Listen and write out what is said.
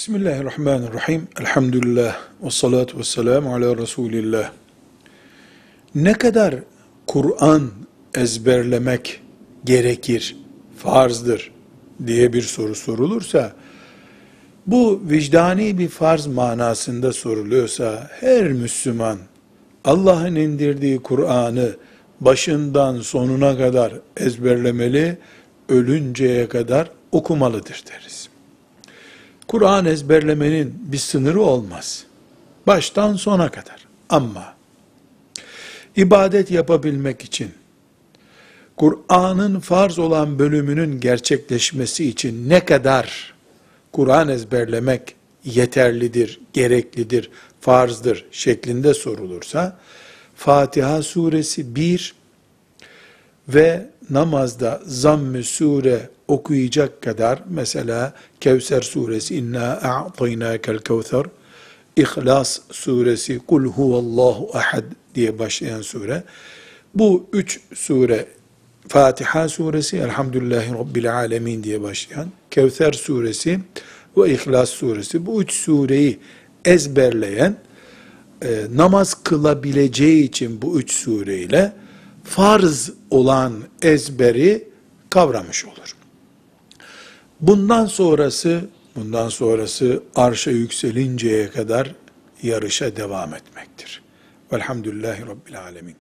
Bismillahirrahmanirrahim. Elhamdülillah. Ve salatu ve selamu ala Resulillah. Ne kadar Kur'an ezberlemek gerekir, farzdır diye bir soru sorulursa, bu vicdani bir farz manasında soruluyorsa, her Müslüman Allah'ın indirdiği Kur'an'ı başından sonuna kadar ezberlemeli, ölünceye kadar okumalıdır deriz. Kur'an ezberlemenin bir sınırı olmaz. Baştan sona kadar. Ama ibadet yapabilmek için, Kur'an'ın farz olan bölümünün gerçekleşmesi için ne kadar Kur'an ezberlemek yeterlidir, gereklidir, farzdır şeklinde sorulursa, Fatiha suresi 1 ve namazda zamm-ı sure okuyacak kadar, mesela Kevser suresi, İnna a'taynakel kevser, İhlas suresi, Kul huvallahu ahad diye başlayan sure, bu üç sure, Fatiha suresi, Elhamdülillahi Rabbil alemin diye başlayan, Kevser suresi ve İhlas suresi, bu üç sureyi ezberleyen, namaz kılabileceği için bu üç sureyle, farz olan ezberi kavramış olur. Bundan sonrası arşa yükselinceye kadar yarışa devam etmektir. Velhamdülillahi Rabbil alemin.